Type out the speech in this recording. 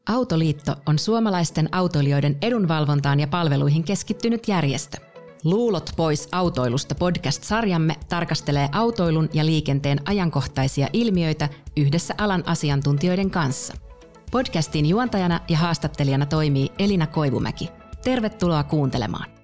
Autoliitto on suomalaisten autoilijoiden edunvalvontaan ja palveluihin keskittynyt järjestö. Luulot pois autoilusta podcast-sarjamme tarkastelee autoilun ja liikenteen ajankohtaisia ilmiöitä yhdessä alan asiantuntijoiden kanssa. Podcastin juontajana ja haastattelijana toimii Elina Koivumäki. Tervetuloa kuuntelemaan.